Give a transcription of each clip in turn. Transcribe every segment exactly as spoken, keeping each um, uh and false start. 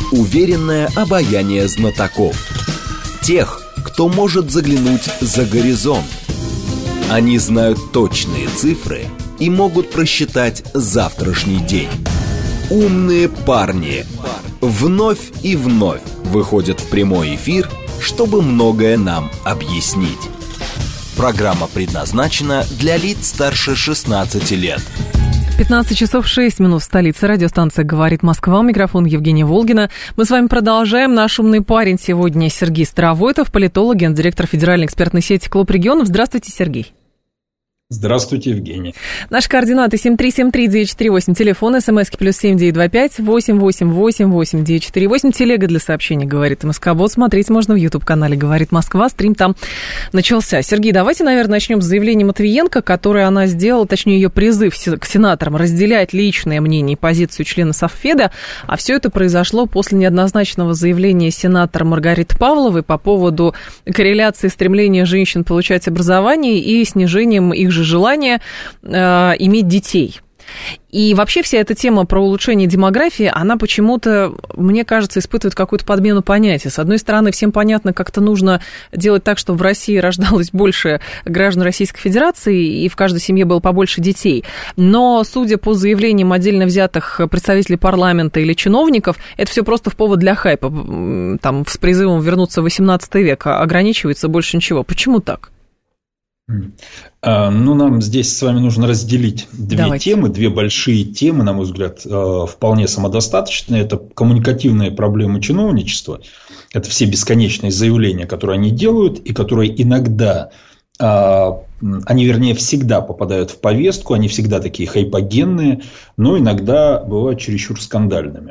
уверенное обаяние знатоков. Тех, кто может заглянуть за горизонт. Они знают точные цифры и могут просчитать завтрашний день. Умные парни вновь и вновь выходят в прямой эфир, чтобы многое нам объяснить. Программа предназначена для лиц старше шестнадцати лет. пятнадцать часов шесть минут в столице. Радиостанция «Говорит Москва». У микрофона Евгения Волгина. Мы с вами продолжаем. Наш умный парень сегодня Сергей Старовойтов, политолог, гендиректор федеральной экспертной сети «Клуб регионов». Здравствуйте, Сергей. Здравствуйте, Евгений. Наши координаты семь три семь три девять четыре восемь, телефон, смски плюс семь девять два пять восемь восемь восемь восемь девять четыре восемь, телега для сообщений «Говорит МСК-бот». Смотреть можно в YouTube-канале «Говорит Москва», стрим там начался. Сергей, давайте, наверное, начнем с заявления Матвиенко, которое она сделала, точнее, ее призыв к сенаторам разделять личное мнение и позицию члена Совфеда, а все это произошло после неоднозначного заявления сенатора Маргариты Павловой по поводу корреляции стремления женщин получать образование и снижением их же желание э, иметь детей. И вообще вся эта тема про улучшение демографии, она почему-то, мне кажется, испытывает какую-то подмену понятия. С одной стороны, всем понятно, как-то нужно делать так, чтобы в России рождалось больше граждан Российской Федерации и в каждой семье было побольше детей. Но, судя по заявлениям отдельно взятых представителей парламента или чиновников, это все просто в повод для хайпа. Там, с призывом вернуться в восемнадцатый век ограничивается, больше ничего. Почему так? Ну, нам здесь с вами нужно разделить две Давайте. темы, две большие темы, на мой взгляд, вполне самодостаточные. Это коммуникативные проблемы чиновничества. Это все бесконечные заявления, которые они делают, и которые иногда, они, вернее, всегда попадают в повестку, они всегда такие хайпогенные, но иногда бывают чересчур скандальными.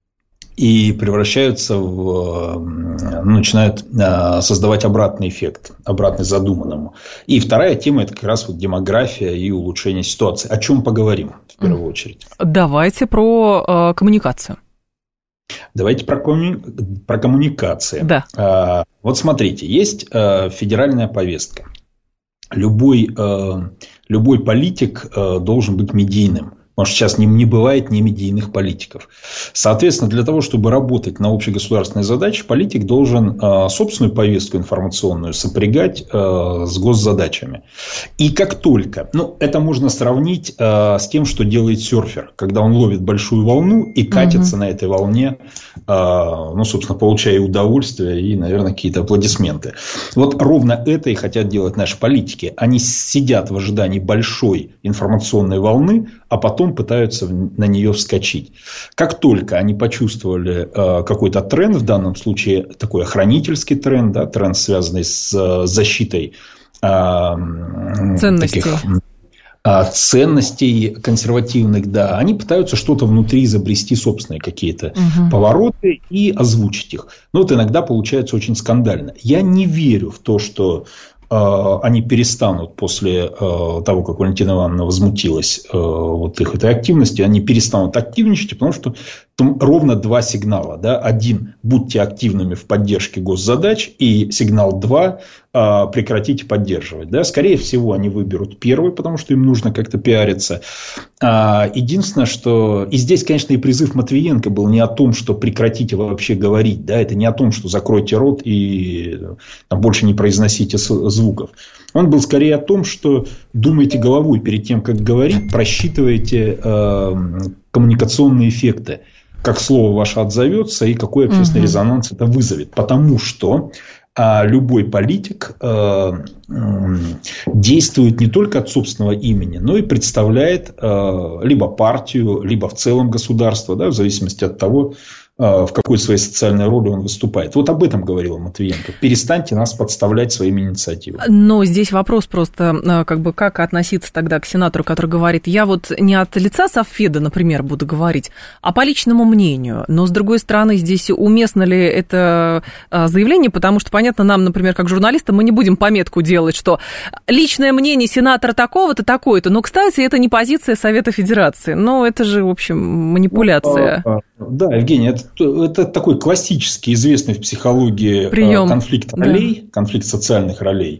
И превращаются в, ну, начинают создавать обратный эффект, обратный задуманному. И вторая тема – это как раз вот демография и улучшение ситуации. О чем поговорим в первую очередь? Давайте про э, коммуникацию. Давайте про, комму... про коммуникации. Да. А, вот смотрите, есть а, федеральная повестка. Любой, а, любой политик а, должен быть медийным. Потому что сейчас не, не бывает не медийных политиков. Соответственно, для того, чтобы работать на общегосударственные задачи, политик должен э, собственную повестку информационную сопрягать э, с госзадачами. И как только, ну, это можно сравнить э, с тем, что делает серфер, когда он ловит большую волну и катится угу. на этой волне, э, ну, собственно, получая удовольствие и, наверное, какие-то аплодисменты. Вот ровно это и хотят делать наши политики. Они сидят в ожидании большой информационной волны, а потом пытаются на нее вскочить. Как только они почувствовали э, какой-то тренд, в данном случае такой охранительский тренд, да, тренд, связанный с э, защитой э, ценностей. Таких, э, ценностей консервативных, да, они пытаются что-то внутри изобрести, собственные какие-то угу. повороты и озвучить их. Но вот иногда получается очень скандально. Я не верю в то, что они перестанут после того, как Валентина Ивановна возмутилась вот их этой активности, они перестанут активничать, потому что там ровно два сигнала. Да? Один – будьте активными в поддержке госзадач, и сигнал два – прекратите поддерживать. Да? Скорее всего, они выберут первый, потому что им нужно как-то пиариться. Единственное, что… И здесь, конечно, и призыв Матвиенко был не о том, что прекратите вообще говорить. Да? Это не о том, что закройте рот и там, больше не произносите звуков. Он был скорее о том, что думайте головой перед тем, как говорить, просчитывайте э, коммуникационные эффекты, как слово ваше отзовется и какой общественный угу. резонанс это вызовет. Потому что а любой политик э, э, действует не только от собственного имени, но и представляет э, либо партию, либо в целом государство, да, в зависимости от того, в какой своей социальной роли он выступает. Вот об этом говорила Матвиенко. Перестаньте нас подставлять своими инициативами. Но здесь вопрос просто, как бы, как относиться тогда к сенатору, который говорит, я вот не от лица Совфеда, например, буду говорить, а по личному мнению. Но, с другой стороны, здесь уместно ли это заявление, потому что, понятно, нам, например, как журналистам, мы не будем пометку делать, что личное мнение сенатора такого-то, такое-то. Но, кстати, это не позиция Совета Федерации. Ну, это же, в общем, манипуляция. Да, Евгений, это Это такой классический, известный в психологии прием. конфликт ролей, да. конфликт социальных ролей.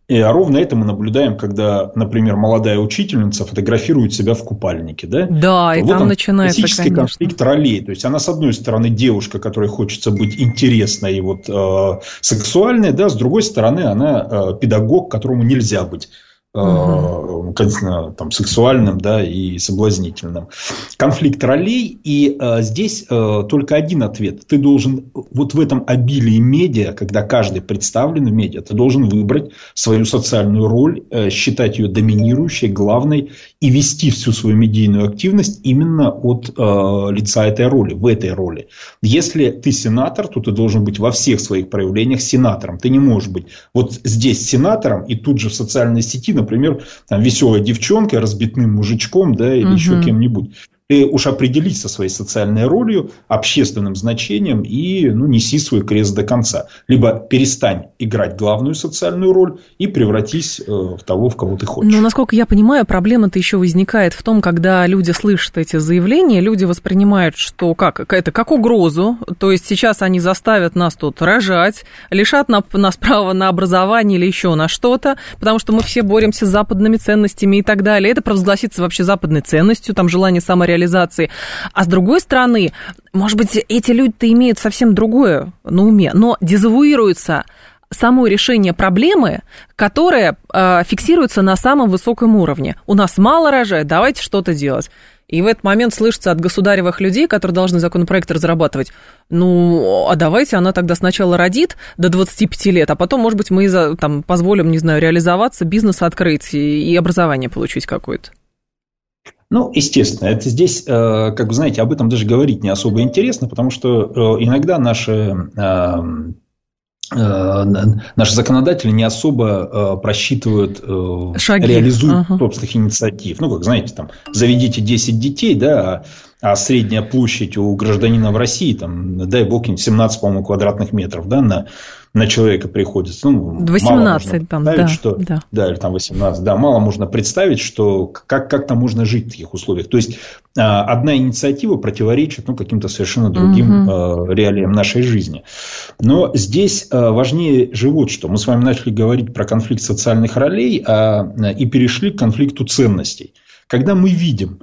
И ровно это мы наблюдаем, когда, например, молодая учительница фотографирует себя в купальнике. Да, да и вот там он, начинается, классический конечно. конфликт ролей. То есть, она, с одной стороны, девушка, которой хочется быть интересной и вот, э, сексуальной, да, с другой стороны, она э, педагог, которому нельзя быть Uh-huh. там, сексуальным, да, и соблазнительным. Конфликт ролей. И э, здесь э, только один ответ. Ты должен вот в этом обилии медиа, когда каждый представлен в медиа, ты должен выбрать свою социальную роль, э, считать ее доминирующей, главной и вести всю свою медийную активность именно от э, лица этой роли, в этой роли. Если ты сенатор, то ты должен быть во всех своих проявлениях сенатором. Ты не можешь быть вот здесь сенатором и тут же в социальной сети, например, там, веселой девчонкой, разбитным мужичком, да, или угу. еще кем-нибудь. Ты уж определись со своей социальной ролью, общественным значением и ну, неси свой крест до конца. Либо перестань играть главную социальную роль и превратись э, в того, в кого ты хочешь. Но, насколько я понимаю, проблема-то еще возникает в том, когда люди слышат эти заявления, люди воспринимают, что как, это как угрозу, то есть сейчас они заставят нас тут рожать, лишат нас права на образование или еще на что-то, потому что мы все боремся с западными ценностями и так далее. Это провозгласится вообще западной ценностью, там желание самореализации. реализации. А с другой стороны, может быть, эти люди-то имеют совсем другое на уме, но дезавуируется само решение проблемы, которая э, фиксируется на самом высоком уровне. У нас мало рожает, давайте что-то делать. И в этот момент слышится от государевых людей, которые должны законопроект разрабатывать, ну, а давайте она тогда сначала родит до двадцати пяти лет, а потом, может быть, мы там, позволим, не знаю, реализоваться, бизнес открыть и образование получить какое-то. Ну, естественно, это здесь, как вы знаете, об этом даже говорить не особо интересно, потому что иногда наши, наши законодатели не особо просчитывают, шаги. Реализуют ага. собственных инициатив. Ну, как знаете, там, заведите десять детей, да, а средняя площадь у гражданина в России, там, дай бог, семнадцать, по-моему, квадратных метров, да, на, на человека приходится. Ну, восемнадцать там, да, что, да. Да, или там восемнадцать, да, мало можно представить, что как, как там можно жить в таких условиях. То есть, одна инициатива противоречит, ну, каким-то совершенно другим угу. реалиям нашей жизни. Но здесь важнее же вот что. Мы с вами начали говорить про конфликт социальных ролей а, и перешли к конфликту ценностей. Когда мы видим,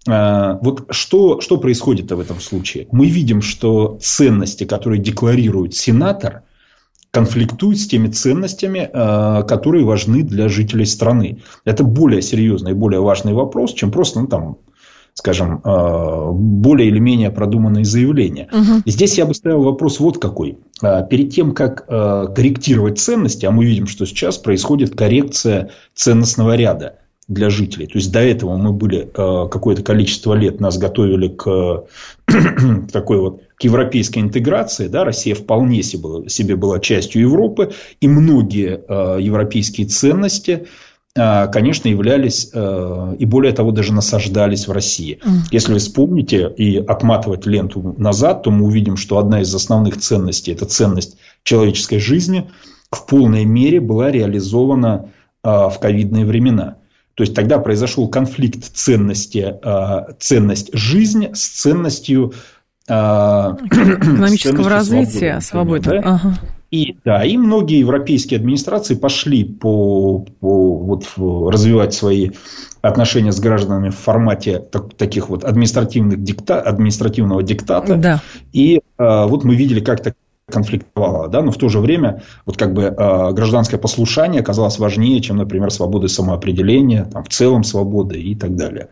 вот что, что происходит в этом случае? Мы видим, что ценности, которые декларирует сенатор, конфликтуют с теми ценностями, которые важны для жителей страны. Это более серьезный и более важный вопрос, чем просто, ну, там, скажем, более или менее продуманные заявления. Угу. И здесь я бы ставил вопрос вот какой. Перед тем, как корректировать ценности, а мы видим, что сейчас происходит коррекция ценностного ряда для жителей. То есть, до этого мы были э, какое-то количество лет, нас готовили к, к такой вот к европейской интеграции. Да? Россия вполне себе, себе была частью Европы. И многие э, европейские ценности, э, конечно, являлись э, и более того, даже насаждались в России. Mm. Если вы вспомните и отматывать ленту назад, то мы увидим, что одна из основных ценностей, это ценность человеческой жизни, в полной мере была реализована э, в ковидные времена. То есть, тогда произошел конфликт ценности, ценность жизни с ценностью экономического развития, свободы. Да? Ага. И, да, и многие европейские администрации пошли по, по, вот, развивать свои отношения с гражданами в формате так, таких вот административных дикта, административного диктата. Да. И а, вот мы видели, как так конфликтовала, да, но в то же время вот как бы э, гражданское послушание оказалось важнее, чем, например, свобода самоопределения, там, в целом свобода и так далее.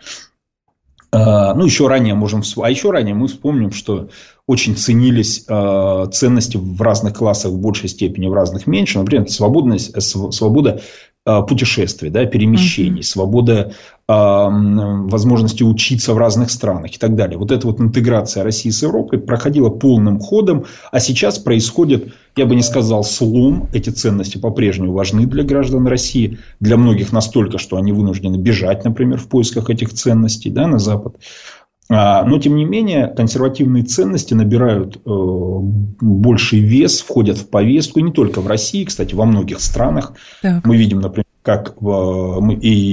Э, ну, еще ранее можем, а еще ранее мы вспомним, что очень ценились э, ценности в разных классах в большей степени, в разных меньше. Например, свободность, свобода э, путешествий, да, перемещений, mm-hmm. свобода э, возможности учиться в разных странах и так далее. Вот эта вот интеграция России с Европой проходила полным ходом, а сейчас происходит, я бы не сказал, слом. Эти ценности по-прежнему важны для граждан России, для многих настолько, что они вынуждены бежать, например, в поисках этих ценностей, да, на Запад. Но, тем не менее, консервативные ценности набирают э, больший вес, входят в повестку, и не только в России, кстати, во многих странах. Так. Мы видим, например, как в, мы, и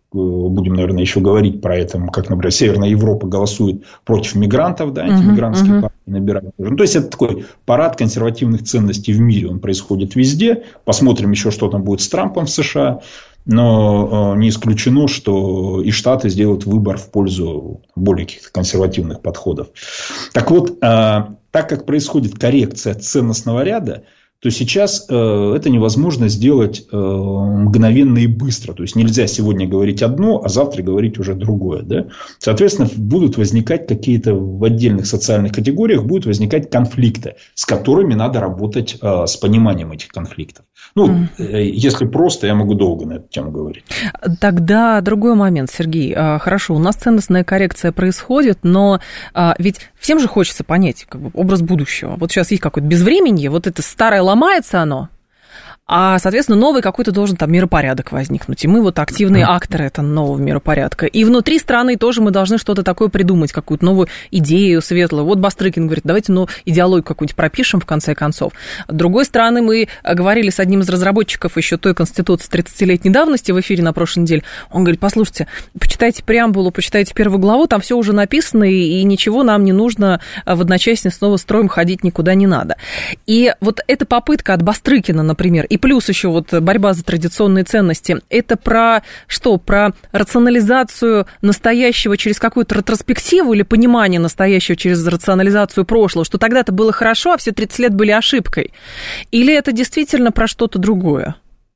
будем, наверное, еще говорить про это, как, например, Северная Европа голосует против мигрантов, да, антимигрантские uh-huh, uh-huh. партии набирают. Ну, то есть, это такой парад консервативных ценностей в мире, он происходит везде. Посмотрим еще, что там будет с Трампом в США. Но не исключено, что и Штаты сделают выбор в пользу более каких-то консервативных подходов. Так вот, так как происходит коррекция ценностного ряда, то сейчас э, это невозможно сделать э, мгновенно и быстро. То есть, нельзя сегодня говорить одно, а завтра говорить уже другое. Да? Соответственно, будут возникать какие-то в отдельных социальных категориях, будут возникать конфликты, с которыми надо работать э, с пониманием этих конфликтов. Ну, mm. э, если просто, я могу долго на эту тему говорить. Тогда другой момент, Сергей. Хорошо, у нас ценностная коррекция происходит, но ведь всем же хочется понять как бы, образ будущего. Вот сейчас есть какое-то безвременье, вот это старое ломается оно, а, соответственно, новый какой-то должен там миропорядок возникнуть. И мы вот активные акторы этого нового миропорядка. И внутри страны тоже мы должны что-то такое придумать, какую-то новую идею светлую. Вот Бастрыкин говорит, давайте ну, идеологию какую-нибудь пропишем в конце концов. С другой стороны, мы говорили с одним из разработчиков еще той Конституции тридцатилетней давности в эфире на прошлой неделе. Он говорит, послушайте, почитайте преамбулу, почитайте первую главу, там все уже написано, и ничего нам не нужно в одночасье снова строем ходить никуда не надо. И вот эта попытка от Бастрыкина, например, и плюс еще вот борьба за традиционные ценности. Это про что? Про рационализацию настоящего через какую-то ретроспективу или понимание настоящего через рационализацию прошлого, что тогда-то было хорошо, а все тридцать лет были ошибкой? Или это действительно про что-то другое?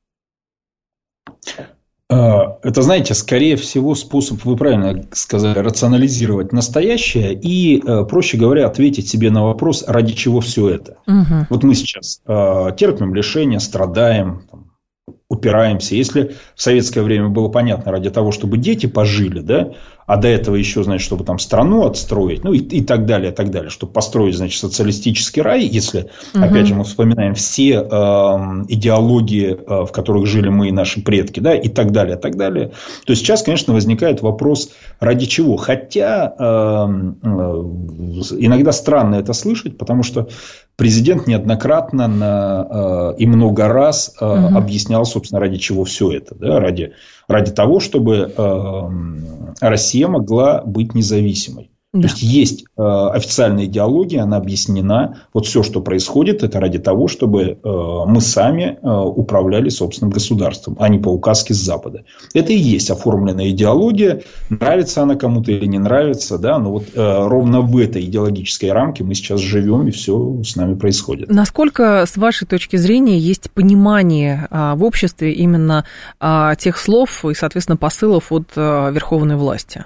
Это, знаете, скорее всего способ, вы правильно сказали, рационализировать настоящее и, проще говоря, ответить себе на вопрос, ради чего все это. Угу. Вот мы сейчас терпим лишения, страдаем, упираемся. Если в советское время было понятно, ради того, чтобы дети пожили, да, а до этого еще, значит, чтобы там страну отстроить, ну и, и так далее, и так далее, чтобы построить, значит, социалистический рай, если, угу. опять же, мы вспоминаем все э, идеологии, э, в которых жили мы и наши предки, да, и так далее, и так далее, то сейчас, конечно, возникает вопрос, ради чего. Хотя э, э, иногда странно это слышать, потому что президент неоднократно на, э, и много раз э, угу. объяснял, собственно, ради чего все это, да, ради, ради того, чтобы э, Россия могла быть независимой. Да. То есть, есть э, официальная идеология, она объяснена. Вот все, что происходит, это ради того, чтобы э, мы сами э, управляли собственным государством, а не по указке с Запада. Это и есть оформленная идеология. Нравится она кому-то или не нравится, да, но вот э, ровно в этой идеологической рамке мы сейчас живем, и все с нами происходит. Насколько, с вашей точки зрения, есть понимание а, в обществе именно а, тех слов и, соответственно, посылов от а, верховной власти?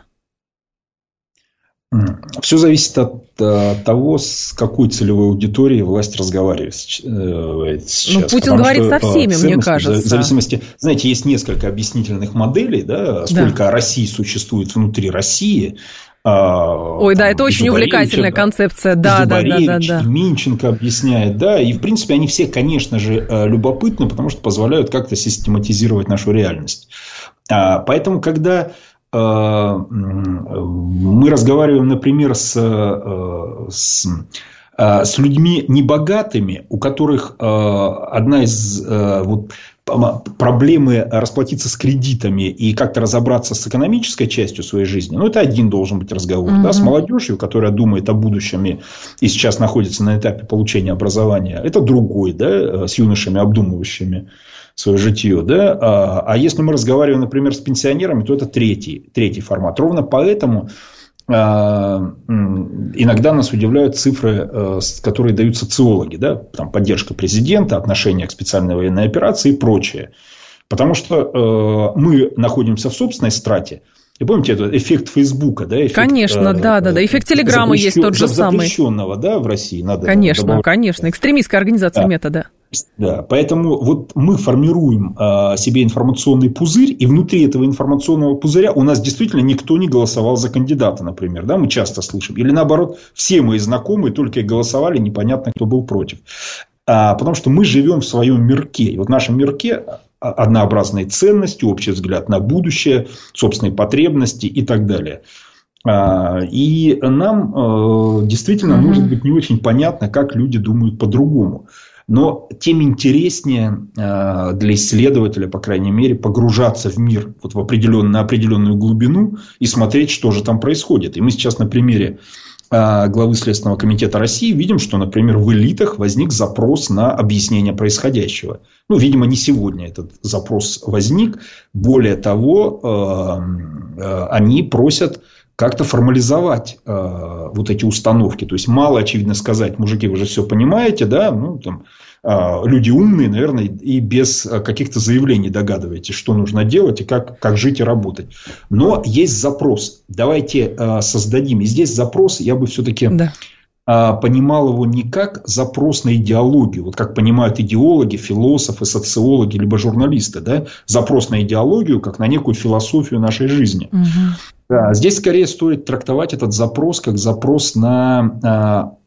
Все зависит от, от того, с какой целевой аудиторией власть разговаривает сейчас. Ну, Путин Потому говорит со всеми, мне кажется. В зависимости, знаете, есть несколько объяснительных моделей, да, сколько да. России существует внутри России. Ой, там, да, это очень увлекательная да, концепция. Да, да, да, да, да. Минченко объясняет, да, и в принципе они все, конечно же, любопытны, потому что позволяют как-то систематизировать нашу реальность. Поэтому, когда мы разговариваем, например, с, с, с людьми небогатыми, у которых одна из вот, проблемы расплатиться с кредитами и как-то разобраться с экономической частью своей жизни, ну, это один должен быть разговор. Mm-hmm. Да, с молодежью, которая думает о будущем и сейчас находится на этапе получения образования, это другой, да, с юношами, обдумывающими свое житье, да, а, а если мы разговариваем, например, с пенсионерами, то это третий, третий формат. Ровно поэтому а, иногда нас удивляют цифры, а, которые дают социологи, да, там, поддержка президента, отношение к специальной военной операции и прочее. Потому что а, мы находимся в собственной страте. И помните этот эффект Фейсбука, да? Эффект, конечно, да, да, да. Эффект Телеграма есть тот же самый. Запрещенного, да, в России. Надо конечно, добавить. конечно. Экстремистская организация да. Мета, да. Да, поэтому вот мы формируем а, себе информационный пузырь, и внутри этого информационного пузыря у нас действительно никто не голосовал за кандидата, например, да, мы часто слышим. Или наоборот, все мои знакомые только и голосовали, непонятно, кто был против. А, потому что мы живем в своем мирке. И вот в нашем мирке однообразные ценности, общий взгляд на будущее, собственные потребности и так далее. И нам действительно mm-hmm. может быть не очень понятно, как люди думают по-другому. Но тем интереснее э, для исследователя, по крайней мере, погружаться в мир вот в определенную, на определенную глубину и смотреть, что же там происходит. И мы сейчас на примере э, главы Следственного комитета России видим, что, например, в элитах возник запрос на объяснение происходящего. Ну, видимо, не сегодня этот запрос возник. Более того, э, э, они просят как-то формализовать э, вот эти установки. То есть, мало, очевидно, сказать: мужики, вы же все понимаете, да, ну, там, э, люди умные, наверное, и без каких-то заявлений догадываетесь, что нужно делать и как, как жить и работать. Но есть запрос. Давайте э, создадим. И здесь запрос, я бы все-таки да. э, понимал его не как запрос на идеологию, вот как понимают идеологи, философы, социологи, либо журналисты, да, запрос на идеологию, как на некую философию нашей жизни. Угу. Да, здесь скорее стоит трактовать этот запрос как запрос на,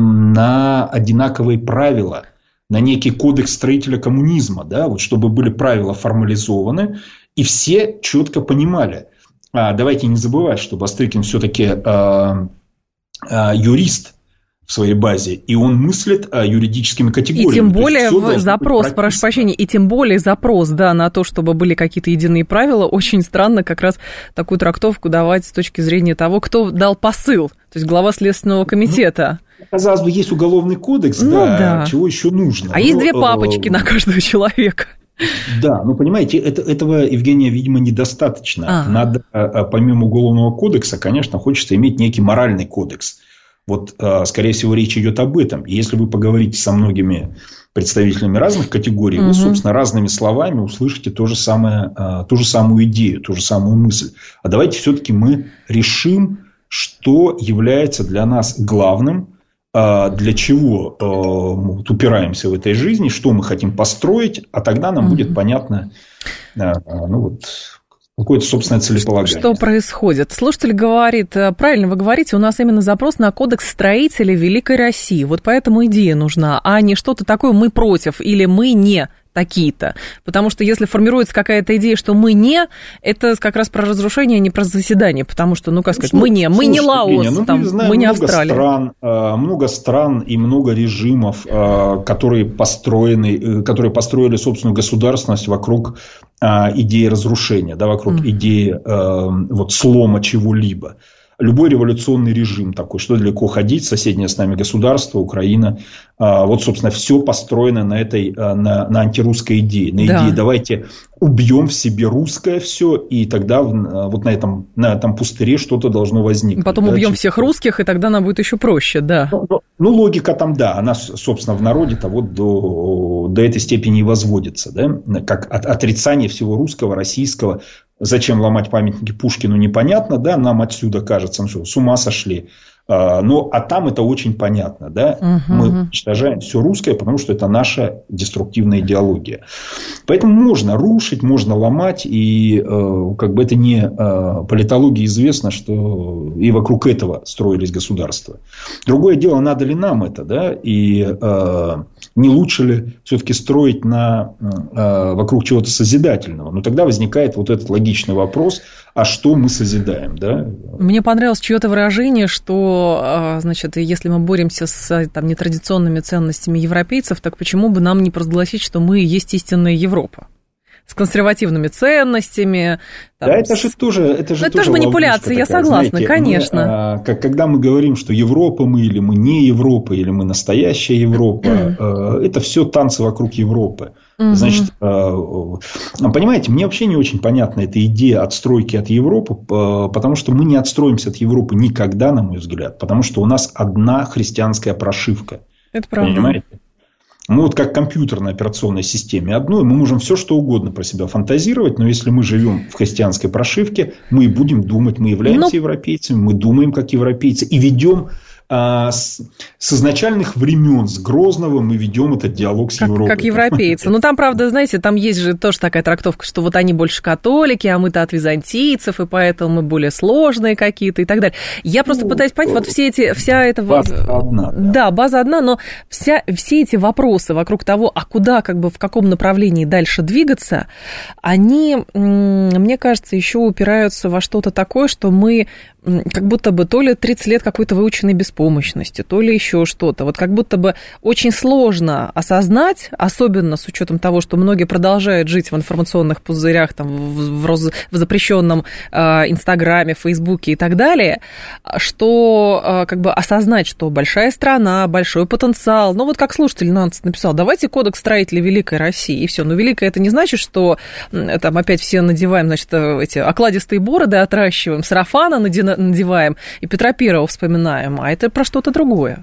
на одинаковые правила, на некий кодекс строителя коммунизма, да, вот чтобы были правила формализованы и все четко понимали. А, давайте не забывать, что Бастрыкин все-таки а, а, юрист в своей базе, и он мыслит а, юридическими категориями. И тем более в запрос, прошу прощения, и тем более запрос, да, на то, чтобы были какие-то единые правила, очень странно как раз такую трактовку давать с точки зрения того, кто дал посыл, то есть глава Следственного комитета. Ну, казалось бы, есть уголовный кодекс, ну, да, да, чего еще нужно. А но, есть две папочки э, на каждого человека. Да, ну, понимаете, это, этого, Евгения, видимо, недостаточно. А-а. Надо, помимо уголовного кодекса, конечно, хочется иметь некий моральный кодекс. Вот, скорее всего, речь идет об этом. И если вы поговорите со многими представителями разных категорий, угу. вы, собственно, разными словами услышите то же самое, ту же самую идею, ту же самую мысль. А давайте все-таки мы решим, что является для нас главным, для чего мы упираемся в этой жизни, что мы хотим построить, а тогда нам угу. будет понятно, ну, вот, какое-то собственное целеполагание. Что происходит? Слушатель говорит, правильно вы говорите, у нас именно запрос на кодекс строителей Великой России. Вот поэтому идея нужна, а не что-то такое «мы против» или «мы не такие-то». Потому что если формируется какая-то идея, что мы не, это как раз про разрушение, а не про заседание. Потому что, ну как сказать, мы не, мы не Лаос, Евгения, ну, там, мы, мы не Австралия. Стран, много стран и много режимов, которые построены, которые построили собственную государственность вокруг идеи разрушения, да, вокруг mm. идеи вот, слома чего-либо. Любой революционный режим такой, что далеко ходить, соседнее с нами государство, Украина, вот, собственно, все построено на этой, на, на антирусской идее, на да. идее давайте убьем в себе русское все, и тогда вот на этом, на этом пустыре что-то должно возникнуть. Потом да, убьем всех русских, и тогда нам будет еще проще, да. Ну, ну, ну логика там, да, она, собственно, в народе-то вот до, до этой степени и возводится, да, как от, отрицание всего русского, российского. Зачем ломать памятники Пушкину, непонятно, да, нам отсюда кажется, ну что, с ума сошли. Но, а там это очень понятно, да, uh-huh. мы уничтожаем все русское, потому что это наша деструктивная идеология. Поэтому можно рушить, можно ломать, и как бы это не политологии известно, что и вокруг этого строились государства. Другое дело, надо ли нам это, да, и не лучше ли все-таки строить на, вокруг чего-то созидательного. Но тогда возникает вот этот логичный вопрос, а что мы созидаем, да? Мне понравилось чье-то выражение, что, значит, если мы боремся с там, нетрадиционными ценностями европейцев, так почему бы нам не провозгласить, что мы есть истинная Европа? С консервативными ценностями. Там, да, это же тоже, это же это тоже тоже манипуляция, я такая, согласна, знаете, конечно. Мы, а, как, когда мы говорим, что Европа мы, или мы не Европа, или мы настоящая Европа, а, это все танцы вокруг Европы. Угу. Значит, а, понимаете, мне вообще не очень понятна эта идея отстройки от Европы, потому что мы не отстроимся от Европы никогда, на мой взгляд, потому что у нас одна христианская прошивка. Это правда. Понимаете? Мы вот как компьютерной операционной системе одной, мы можем все что угодно про себя фантазировать, но если мы живем в христианской прошивке, мы и будем думать, мы являемся но... европейцами, мы думаем как европейцы и ведем а, с, с изначальных времен, с Грозного мы ведем этот диалог с как, Европой. Как европейцы. Ну, там, правда, знаете, там есть же тоже такая трактовка, что вот они больше католики, а мы-то от византийцев, и поэтому мы более сложные какие-то и так далее. Я просто ну, пытаюсь понять, вот все эти, вся эта... База одна. Да. да, база одна, но вся, все эти вопросы вокруг того, а куда, как бы, в каком направлении дальше двигаться, они, мне кажется, еще упираются во что-то такое, что мы как будто бы то ли тридцать лет какой-то выученной беспомощности, то ли еще что-то. Вот как будто бы очень сложно осознать, особенно с учетом того, что многие продолжают жить в информационных пузырях, там, в, в, роз, в запрещенном э, Инстаграме, Фейсбуке и так далее, что э, как бы осознать, что большая страна, большой потенциал. Ну, вот как слушатель Нанс написал, давайте кодекс строителей Великой России, и все. Но Великая это не значит, что э, там опять все надеваем, значит, эти окладистые бороды отращиваем, сарафаны надеваем и Петра Первого вспоминаем, а это про что-то другое.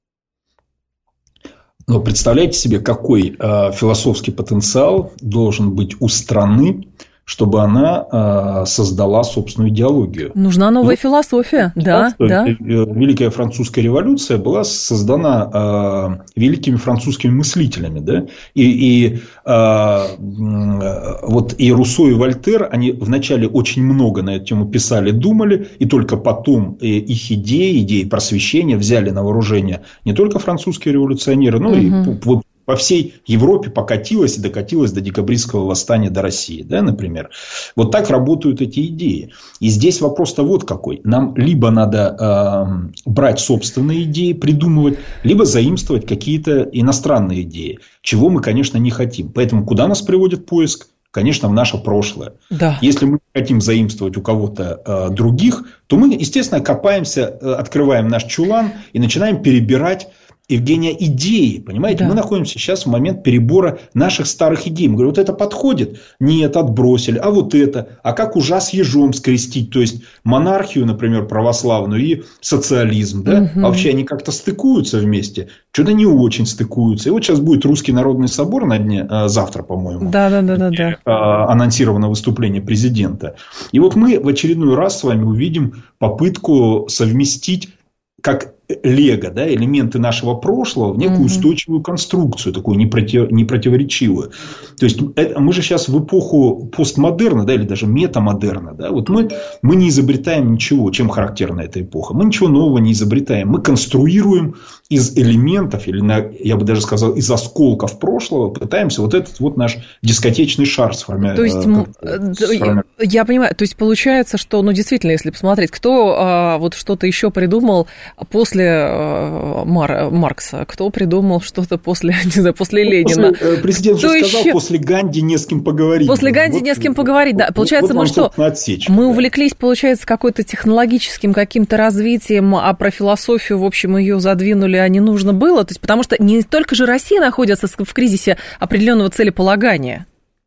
Но представляете себе, какой э, философский потенциал должен быть у страны, чтобы она э, создала собственную идеологию. Нужна новая ну, философия, да, да. Великая французская революция была создана э, великими французскими мыслителями, да, и, и э, вот и Руссо, и Вольтер, они вначале очень много на эту тему писали, думали, и только потом их идеи, идеи просвещения взяли на вооружение не только французские революционеры, но угу. и вот по всей Европе покатилась и докатилась до декабристского восстания до России, да, например. Вот так работают эти идеи. И здесь вопрос-то вот какой. Нам либо надо э, брать собственные идеи, придумывать, либо заимствовать какие-то иностранные идеи, чего мы, конечно, не хотим. Поэтому куда нас приводит поиск? Конечно, в наше прошлое. Да. Если мы хотим заимствовать у кого-то э, других, то мы, естественно, копаемся, э, открываем наш чулан и начинаем перебирать, Евгения, идеи, понимаете, да. Мы находимся сейчас в момент перебора наших старых идей. Мы говорим, вот это подходит? Нет, отбросили. А вот это? А как ужа с ежом скрестить? То есть, монархию, например, православную и социализм. Да? Угу. А вообще они как-то стыкуются вместе? Что-то не очень стыкуются. И вот сейчас будет Русский народный собор на дне, завтра, по-моему. Да, да, да, да, да. Анонсировано выступление президента. И вот мы в очередной раз с вами увидим попытку совместить как лего, да, элементы нашего прошлого в некую mm-hmm. устойчивую конструкцию, такую непротив, непротиворечивую. То есть, это, мы же сейчас в эпоху постмодерна, да, или даже метамодерна. Да, вот мы, мы не изобретаем ничего. Чем характерна эта эпоха? Мы ничего нового не изобретаем. Мы конструируем из элементов, или, я бы даже сказал, из осколков прошлого, пытаемся вот этот вот наш дискотечный шар сформировать. То есть, я понимаю, то есть, получается, что, ну, действительно, если посмотреть, кто а, вот что-то еще придумал после Мар, Маркса, кто придумал что-то после, не знаю, после Ленина. После, президент кто же сказал, еще? После Ганди не с кем поговорить. После Ганди вот, не с кем поговорить, да. Получается, вот мы что? Отсечка, мы да. увлеклись, получается, какой-то технологическим каким-то развитием, а про философию, в общем, ее задвинули, а не нужно было. То есть, потому что не только же Россия находится в кризисе определенного целеполагания.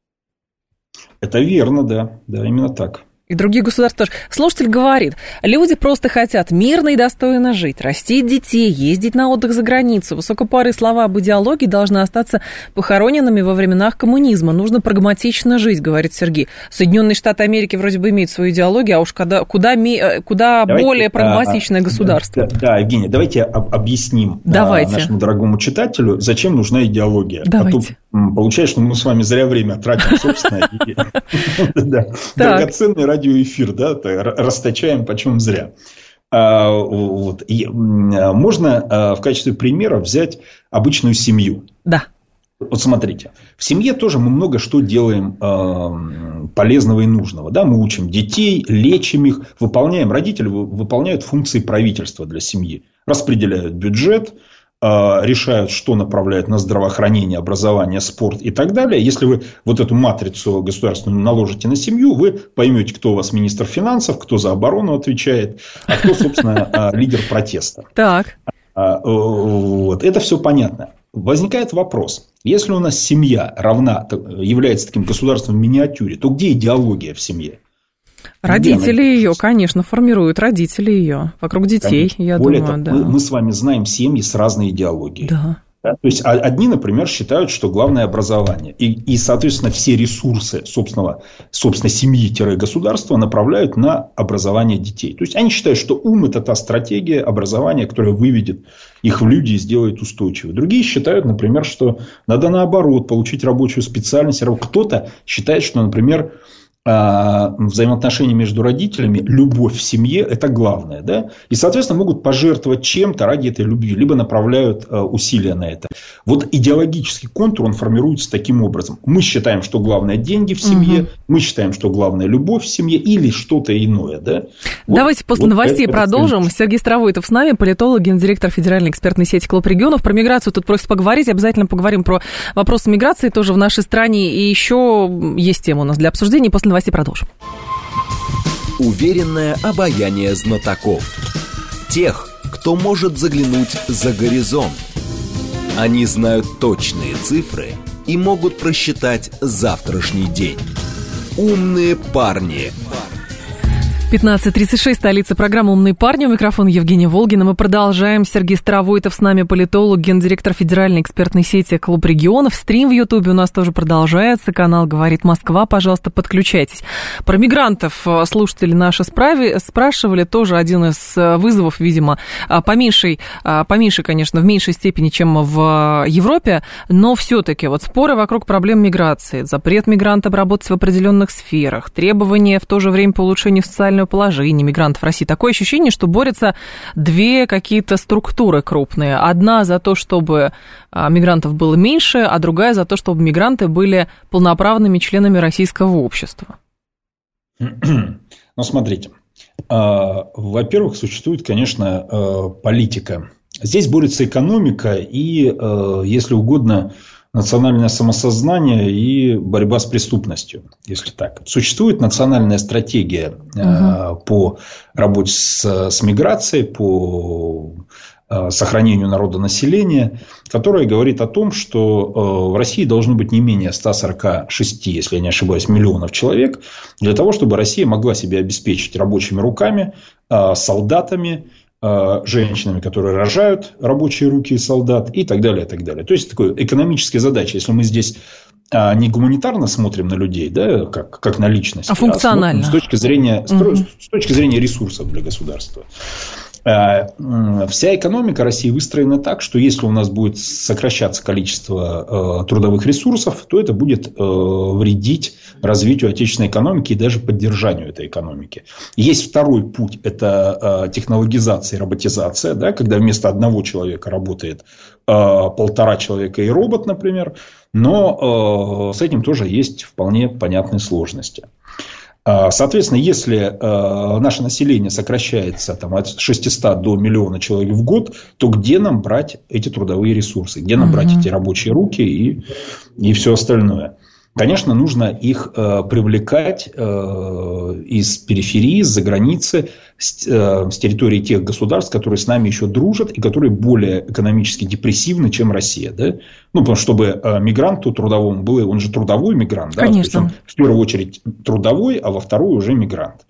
Это верно, да. Да, именно так. И другие государства тоже. Слушатель говорит, люди просто хотят мирно и достойно жить, растить детей, ездить на отдых за границу. Высокопарые слова об идеологии должны остаться похороненными во временах коммунизма. Нужно прагматично жить, говорит Сергей. Соединенные Штаты Америки вроде бы имеют свою идеологию, а уж куда, куда, куда более прагматичное а, государство. Да, да, Евгения, давайте объясним давайте. нашему дорогому читателю, зачем нужна идеология. Давайте. А то получается, что мы с вами зря время тратим, собственно. Драгоценный радиоэфир, да, расточаем почем зря. Вот. И можно в качестве примера взять обычную семью. Да. Вот смотрите, в семье тоже мы много что делаем э, полезного и нужного. Да? Мы учим детей, лечим их, выполняем. Родители выполняют функции правительства для семьи. Распределяют бюджет, э, решают, что направляют на здравоохранение, образование, спорт и так далее. Если вы вот эту матрицу государственную наложите на семью, вы поймете, кто у вас министр финансов, кто за оборону отвечает, а кто, собственно, лидер протеста. Так. Вот. Это все понятно. Возникает вопрос. Если у нас семья равна, является таким государством в миниатюре, то где идеология в семье? Родители ее, конечно, формируют родители ее. Вокруг детей, конечно. я Более думаю. Того, да. мы, мы с вами знаем семьи с разной идеологией. Да. Да? То есть, одни, например, считают, что главное образование. И, и соответственно, все ресурсы собственного, собственно, семьи-государства направляют на образование детей. То есть, они считают, что ум – это та стратегия образования, которая выведет их в люди и сделает устойчивой. Другие считают, например, что надо наоборот получить рабочую специальность. Кто-то считает, что, например, взаимоотношения между родителями, любовь в семье – это главное. Да? И, соответственно, могут пожертвовать чем-то ради этой любви, либо направляют усилия на это. Вот идеологический контур, он формируется таким образом. Мы считаем, что главное – деньги в семье, угу. мы считаем, что главное – любовь в семье или что-то иное. Да? Давайте вот, после вот новостей это, продолжим. это... Сергей Старовойтов с нами, политолог, гендиректор Федеральной экспертной сети «Клуб регионов». Про миграцию тут просят поговорить. Обязательно поговорим про вопросы миграции тоже в нашей стране. И еще есть тема у нас для обсуждения. После новостей продолжим. Уверенное обаяние знатоков. Тех, кто может заглянуть за горизонт. Они знают точные цифры и могут просчитать завтрашний день. Умные парни. пятнадцать тридцать шесть, столица программы «Умные парни». У микрофона Евгения Волгина. Мы продолжаем. Сергей Старовойтов с нами, политолог, гендиректор Федеральной экспертной сети «Клуб регионов». Стрим в Ютубе у нас тоже продолжается. Канал «Говорит Москва». Пожалуйста, подключайтесь. Про мигрантов слушатели наши справи, спрашивали. Тоже один из вызовов, видимо, поменьшей, поменьше, конечно, в меньшей степени, чем в Европе. Но все-таки вот споры вокруг проблем миграции. Запрет мигрантам работать в определенных сферах. Требования в то же время по улучшению социального положения мигрантов в России. Такое ощущение, что борются две какие-то структуры крупные. Одна за то, чтобы мигрантов было меньше, а другая за то, чтобы мигранты были полноправными членами российского общества. Ну, смотрите. Во-первых, существует, конечно, политика. Здесь борется экономика и, если угодно, национальное самосознание и борьба с преступностью, если так. Существует национальная стратегия uh-huh. по работе с, с миграцией, по сохранению народонаселения, которая говорит о том, что в России должно быть не менее ста сорока шести, если я не ошибаюсь, миллионов человек, для того, чтобы Россия могла себя обеспечить рабочими руками, солдатами, женщинами, которые рожают рабочие руки солдат и так далее, и так далее. То есть, такая экономическая задача. Если мы здесь не гуманитарно смотрим на людей, да, как, как на личность, а функционально. А с точки зрения, угу. с точки зрения ресурсов для государства. Вся экономика России выстроена так, что если у нас будет сокращаться количество трудовых ресурсов, то это будет вредить развитию отечественной экономики и даже поддержанию этой экономики. Есть второй путь – это технологизация и роботизация, да, когда вместо одного человека работает полтора человека и робот, например, но с этим тоже есть вполне понятные сложности. Соответственно, если э, наше население сокращается там, от шестисот до миллиона человек в год, то где нам брать эти трудовые ресурсы? Где нам uh-huh. брать эти рабочие руки и, и все остальное? Конечно, нужно их э, привлекать э, из периферии, из-за границы, с, э, с территории тех государств, которые с нами еще дружат и которые более экономически депрессивны, чем Россия. Да? Ну, потому что чтобы э, мигранту трудовому был, он же трудовой мигрант. Да? Конечно. То есть он в первую очередь трудовой, а во вторую уже мигрант.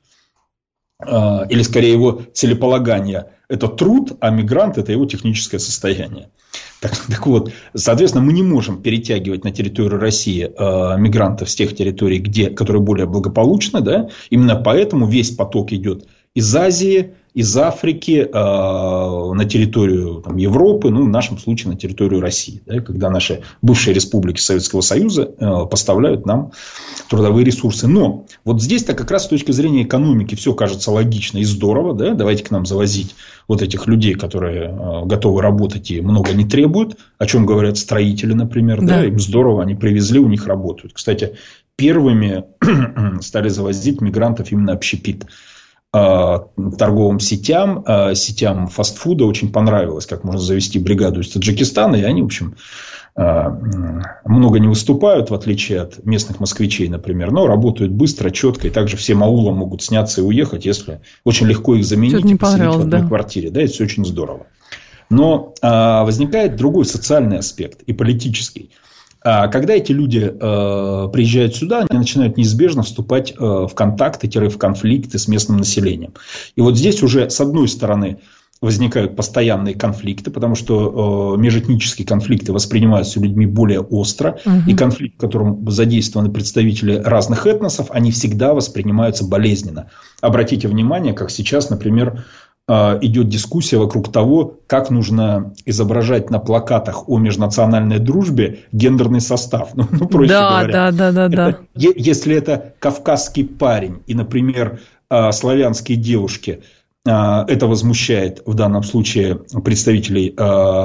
Э, или скорее его целеполагание – это труд, а мигрант – это его техническое состояние. Так, так вот, соответственно, мы не можем перетягивать на территорию России э, мигрантов с тех территорий, где, которые более благополучны. Да? Именно поэтому весь поток идет из Азии, из Африки э, на территорию там, Европы, ну, в нашем случае на территорию России. Да? Когда наши бывшие республики Советского Союза э, поставляют нам трудовые ресурсы. Но вот здесь-то как раз с точки зрения экономики все кажется логично и здорово. Да? Давайте к нам завозить вот этих людей, которые э, готовы работать и много не требуют, о чем говорят строители, например, да. Да, им здорово, они привезли, у них работают. Кстати, первыми стали завозить мигрантов именно общепит. Э, торговым сетям, э, сетям фастфуда очень понравилось, как можно завести бригаду из Таджикистана, и они, в общем, э, много не выступают, в отличие от местных москвичей, например, но работают быстро, четко, и также всем аулам могут сняться и уехать, если очень легко их заменить и поселить в одной да. квартире. Да, это все очень здорово. Но э, возникает другой социальный аспект и политический. А когда эти люди э, приезжают сюда, они начинают неизбежно вступать э, в контакты-в конфликты с местным населением. И вот здесь уже с одной стороны возникают постоянные конфликты, потому что э, межэтнические конфликты воспринимаются людьми более остро. Угу. И конфликт, в котором задействованы представители разных этносов, они всегда воспринимаются болезненно. Обратите внимание, как сейчас, например, идет дискуссия вокруг того, как нужно изображать на плакатах о межнациональной дружбе гендерный состав. Ну, ну проще да, говоря. Да, да, да, да. Если это кавказский парень и, например, славянские девушки, это возмущает в данном случае представителей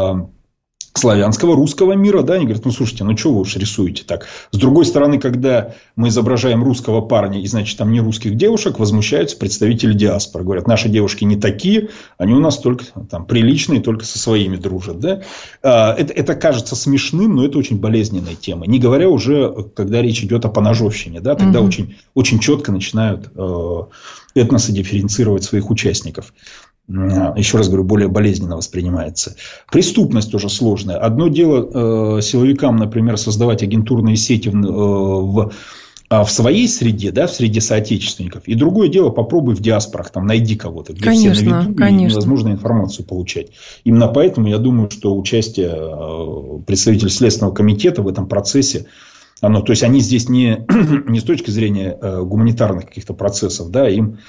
славянского, русского мира, да, они говорят, ну, слушайте, ну, что вы уж рисуете так. С другой стороны, когда мы изображаем русского парня и, значит, там не русских девушек, возмущаются представители диаспоры. Говорят, наши девушки не такие, они у нас только там приличные, только со своими дружат, да. Это, это кажется смешным, но это очень болезненная тема. Не говоря уже, когда речь идет о поножовщине, да, тогда угу. очень, очень четко начинают этносы дифференцировать своих участников. Еще раз говорю, более болезненно воспринимается. Преступность тоже сложная. Одно дело э, силовикам, например, создавать агентурные сети в, э, в, в своей среде, да, в среде соотечественников. И другое дело, попробуй в диаспорах, там, найди кого-то, где конечно, все на виду, конечно. И невозможно информацию получать. Именно поэтому я думаю, что участие э, представителей Следственного комитета в этом процессе, оно, то есть они здесь не, не с точки зрения э, гуманитарных каких-то процессов, да, им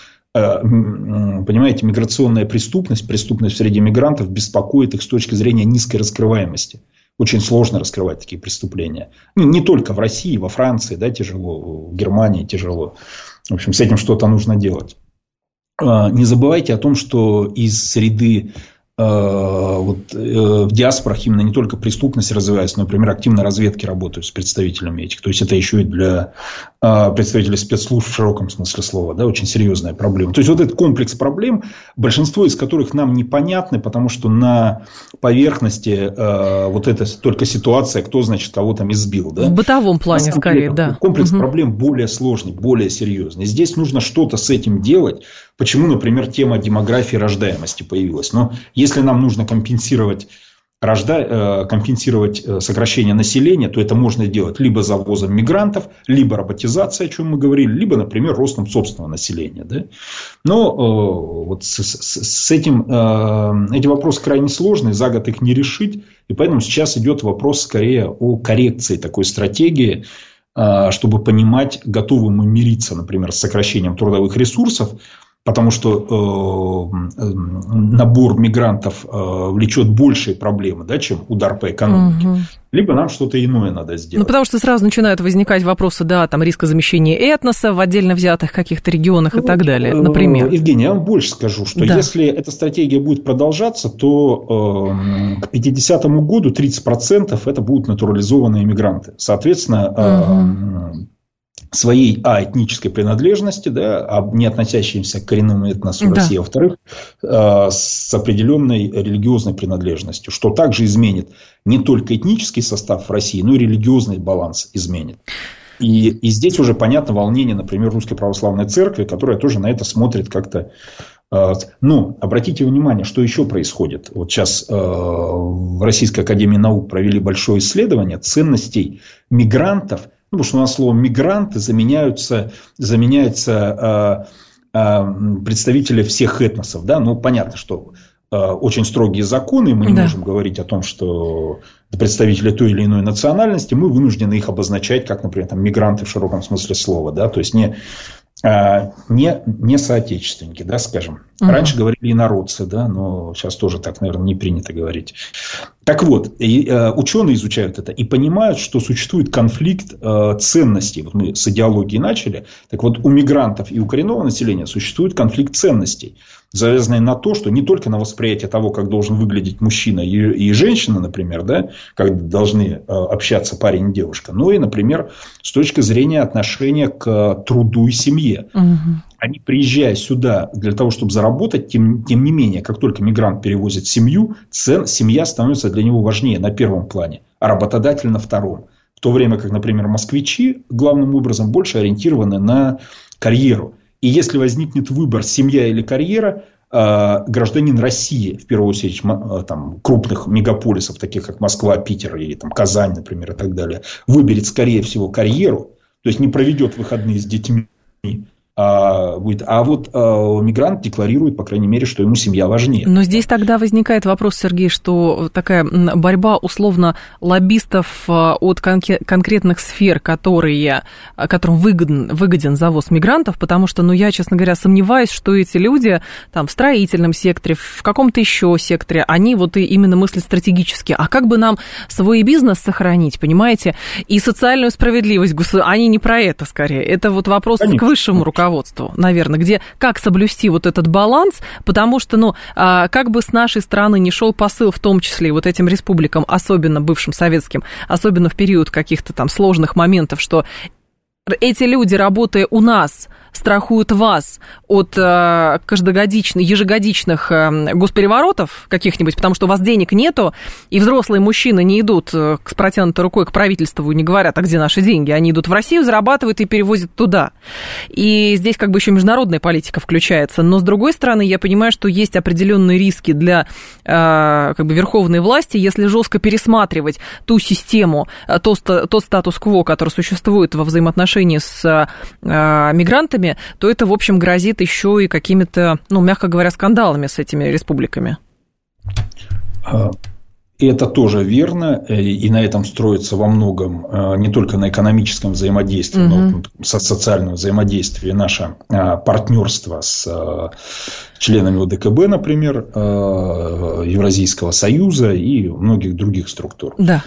понимаете, миграционная преступность, преступность среди мигрантов беспокоит их с точки зрения низкой раскрываемости. Очень сложно раскрывать такие преступления. Не, не только в России, во Франции, да, тяжело, в Германии тяжело. В общем, с этим что-то нужно делать. Не забывайте о том, что из среды вот, в диаспорах именно не только преступность развивается, но, например, активно разведки работают с представителями этих. То есть, это еще и для представителей спецслужб в широком смысле слова, да, очень серьезная проблема. То есть, вот этот комплекс проблем, большинство из которых нам непонятны, потому что на поверхности вот эта только ситуация, кто, значит, кого там избил. Да? В бытовом плане, скорее, да. Комплекс угу. проблем более сложный, более серьезный. Здесь нужно что-то с этим делать. Почему, например, тема демографии и рождаемости появилась? Но если нам нужно компенсировать, рожда... компенсировать сокращение населения, то это можно делать либо завозом мигрантов, либо роботизацией, о чем мы говорили, либо, например, ростом собственного населения. Да? Но вот с, с, с этим эти вопросы крайне сложные, за год их не решить. И поэтому сейчас идет вопрос скорее о коррекции такой стратегии, чтобы понимать, готовы мы мириться, например, с сокращением трудовых ресурсов, потому что э, набор мигрантов э, влечет большие проблемы, да, чем удар по экономике. Угу. Либо нам что-то иное надо сделать. Ну, потому что сразу начинают возникать вопросы, да, там, риска замещения этноса в отдельно взятых каких-то регионах ну, и так далее, например. Евгений, я вам больше скажу, что да. если эта стратегия будет продолжаться, то э, к пятидесятому году тридцать процентов это будут натурализованные мигранты. Соответственно, угу. э, своей а, этнической принадлежности, да, а не относящимся к коренному этносу да. России, а во-вторых, э, с определенной религиозной принадлежностью, что также изменит не только этнический состав в России, но и религиозный баланс изменит. И, и здесь уже понятно волнение, например, Русской Православной Церкви, которая тоже на это смотрит как-то. Э, но обратите внимание, что еще происходит. Вот сейчас э, в Российской Академии Наук провели большое исследование ценностей мигрантов. Ну, потому что у нас словом мигранты заменяются, заменяются э, э, представители всех этносов. Да? Ну, понятно, что э, очень строгие законы, мы не да. можем говорить о том, что представители той или иной национальности, мы вынуждены их обозначать, как, например, там, мигранты в широком смысле слова. Да? То есть, не, э, не, не соотечественники, да, скажем. Угу. Раньше говорили инородцы, да, но сейчас тоже так, наверное, не принято говорить. Так вот, и, э, ученые изучают это и понимают, что существует конфликт э, ценностей. Вот мы с идеологии начали. Так вот, у мигрантов и у коренного населения существует конфликт ценностей, завязанный на то, что не только на восприятие того, как должен выглядеть мужчина и, и женщина, например, да, как должны э, общаться парень и девушка, но и, например, с точки зрения отношения к труду и семье. Угу. Они, приезжая сюда для того, чтобы заработать, тем, тем не менее, как только мигрант перевозит семью, цен, семья становится для него важнее на первом плане, а работодатель на втором. В то время как, например, москвичи главным образом больше ориентированы на карьеру. И если возникнет выбор, семья или карьера, гражданин России, в первую очередь там, крупных мегаполисов, таких как Москва, Питер или там, Казань, например, и так далее, выберет, скорее всего, карьеру, то есть не проведет выходные с детьми, А, будет. А вот а, мигрант декларирует, по крайней мере, что ему семья важнее. Но здесь тогда возникает вопрос, Сергей, что такая борьба условно лоббистов от кон- конкретных сфер, которые, которым выгоден, выгоден завоз мигрантов, потому что, ну, я, честно говоря, сомневаюсь, что эти люди там в строительном секторе, в каком-то еще секторе, они вот и именно мыслят стратегически. А как бы нам свой бизнес сохранить, понимаете, и социальную справедливость, они не про это скорее. Это вот вопрос Конечно. К высшему руководству. Наверное, где как соблюсти вот этот баланс, потому что, ну, как бы с нашей стороны не шел посыл, в том числе и вот этим республикам, особенно бывшим советским, особенно в период каких-то там сложных моментов, что эти люди, работая у нас, страхуют вас от э, каждогодичных, ежегодичных э, госпереворотов каких-нибудь, потому что у вас денег нету, и взрослые мужчины не идут с протянутой рукой к правительству и не говорят, а где наши деньги? Они идут в Россию, зарабатывают и перевозят туда. И здесь как бы еще международная политика включается. Но, с другой стороны, я понимаю, что есть определенные риски для э, как бы верховной власти, если жестко пересматривать ту систему, то, тот статус-кво, который существует во взаимоотношении с э, мигрантами, то это, в общем, грозит еще и какими-то, ну, мягко говоря, скандалами с этими республиками. И это тоже верно, и на этом строится во многом не только на экономическом взаимодействии, угу. но со социальном взаимодействии наше партнерство с членами ОДКБ, например, Евразийского союза и многих других структур. Да.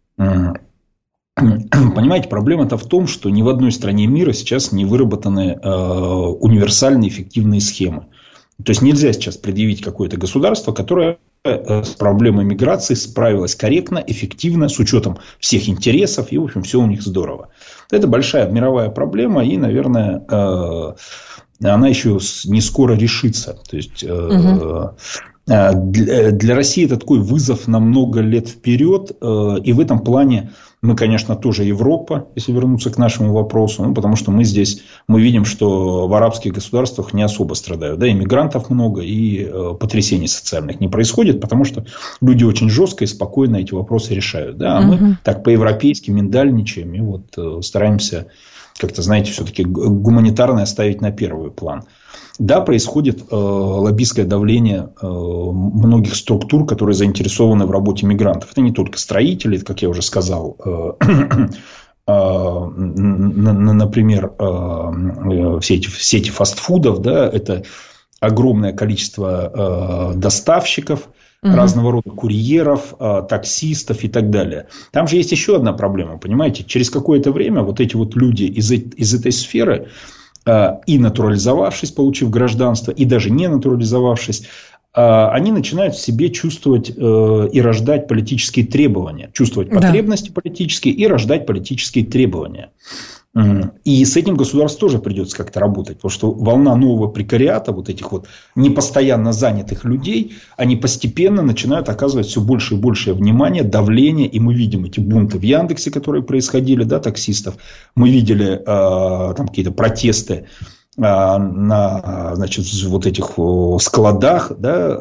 Понимаете, проблема-то в том, что ни в одной стране мира сейчас не выработаны э, универсальные эффективные схемы. То есть нельзя сейчас предъявить какое-то государство, которое э, с проблемой миграции справилось корректно, эффективно, с учетом всех интересов, и, в общем, все у них здорово. Это большая мировая проблема, и, наверное, э, она еще не скоро решится. То есть э, угу. э, для, для России это такой вызов на много лет вперед, э, и в этом плане мы, конечно, тоже Европа, если вернуться к нашему вопросу, ну, потому что мы здесь, мы видим, что в арабских государствах не особо страдают. Да, иммигрантов много, и э, потрясений социальных не происходит, потому что люди очень жестко и спокойно эти вопросы решают. Да, а мы угу. так по-европейски миндальничаем и вот э, стараемся как-то, знаете, все-таки гуманитарное ставить на первый план. Да, происходит э, лоббистское давление э, многих структур, которые заинтересованы в работе мигрантов. Это не только строители, как я уже сказал, э, э, например, э, все эти сети фастфудов, да, это огромное количество э, доставщиков, угу. разного рода курьеров, э, таксистов и так далее. Там же есть еще одна проблема, понимаете, через какое-то время вот эти вот люди из, из этой сферы, и натурализовавшись, получив гражданство, и даже не натурализовавшись, они начинают в себе чувствовать и рождать политические требования. Чувствовать потребности да. политические и рождать политические требования. И с этим государству тоже придется как-то работать. Потому что волна нового прекариата, вот этих вот непостоянно занятых людей, они постепенно начинают оказывать все больше и большее внимание, давление. И мы видим эти бунты в Яндексе, которые происходили, да, таксистов. Мы видели э, там какие-то протесты э, на, значит, вот этих складах, да,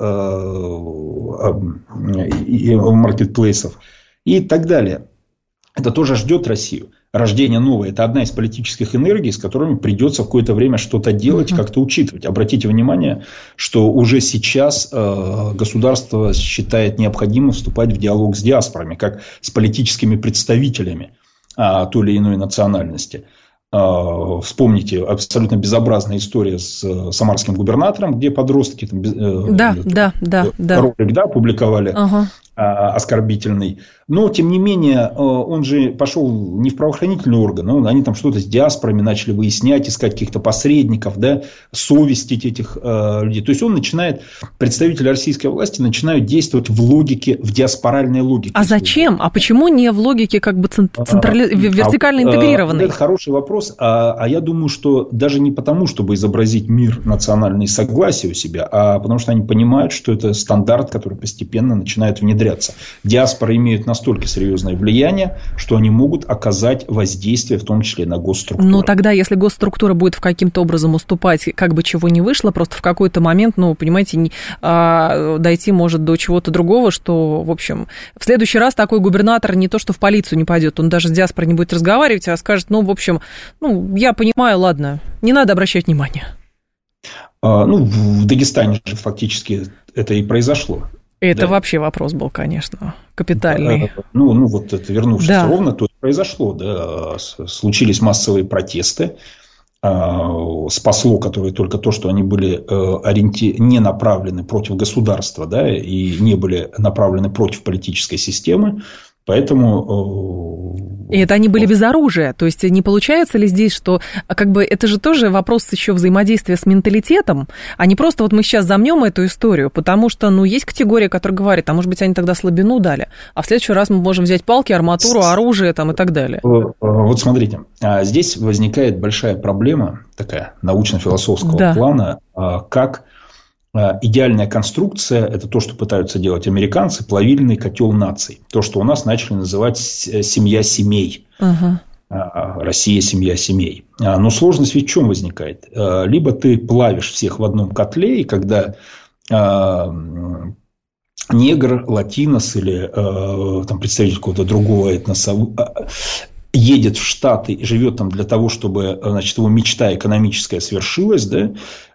э, э, маркетплейсов и так далее. Это тоже ждет Россию. Рождение новое – это одна из политических энергий, с которыми придется в какое-то время что-то делать, uh-huh. как-то учитывать. Обратите внимание, что уже сейчас э, государство считает необходимым вступать в диалог с диаспорами, как с политическими представителями э, той или иной национальности. Э, вспомните абсолютно безобразная история с э, самарским губернатором, где подростки там, э, да, э, да, да, да. ролик да, публиковали. Uh-huh. Оскорбительный. Но, тем не менее, он же пошел не в правоохранительный орган. Они там что-то с диаспорами начали выяснять, искать каких-то посредников, да, совестить этих э, людей. То есть, он начинает, представители российской власти начинают действовать в логике, в диаспоральной логике. А зачем? А почему не в логике как бы централи... а, вертикально интегрированной? Это хороший вопрос. А, а я думаю, что даже не потому, чтобы изобразить мир национальный согласие у себя, а потому что они понимают, что это стандарт, который постепенно начинает внедряться внедряться. Диаспоры имеют настолько серьезное влияние, что они могут оказать воздействие, в том числе на госструктуру. Но тогда, если госструктура будет в каким-то образом уступать, как бы чего ни вышло, просто в какой-то момент, ну, понимаете, не, а, дойти может до чего-то другого, что, в общем, в следующий раз такой губернатор не то что в полицию не пойдет, он даже с диаспорой не будет разговаривать, а скажет, ну, в общем, ну, я понимаю, ладно, не надо обращать внимания. А, ну, в Дагестане же фактически это и произошло. Это да. вообще вопрос был, конечно, капитальный. Ну, ну вот это, вернувшись да. ровно, то и произошло. Да. Случились массовые протесты. Спасло, которые только то, что они были ориенти... не направлены против государства, да, и не были направлены против политической системы. Поэтому... И это они были без оружия. То есть не получается ли здесь, что как бы это же тоже вопрос еще взаимодействия с менталитетом, а не просто вот мы сейчас замнем эту историю, потому что, ну, есть категория, которая говорит, а может быть, они тогда слабину дали, а в следующий раз мы можем взять палки, арматуру, оружие там и так далее. Вот смотрите, здесь возникает большая проблема, такая научно-философского да. плана, как... Идеальная конструкция – это то, что пытаются делать американцы, плавильный котел наций. То, что у нас начали называть семья семей. Uh-huh. Россия – семья семей. Но сложность ведь в чем возникает? Либо ты плавишь всех в одном котле, и когда негр, латинос или там, представитель какого-то другого этноса едет в Штаты и живет там для того, чтобы, значит, его мечта экономическая свершилась, да.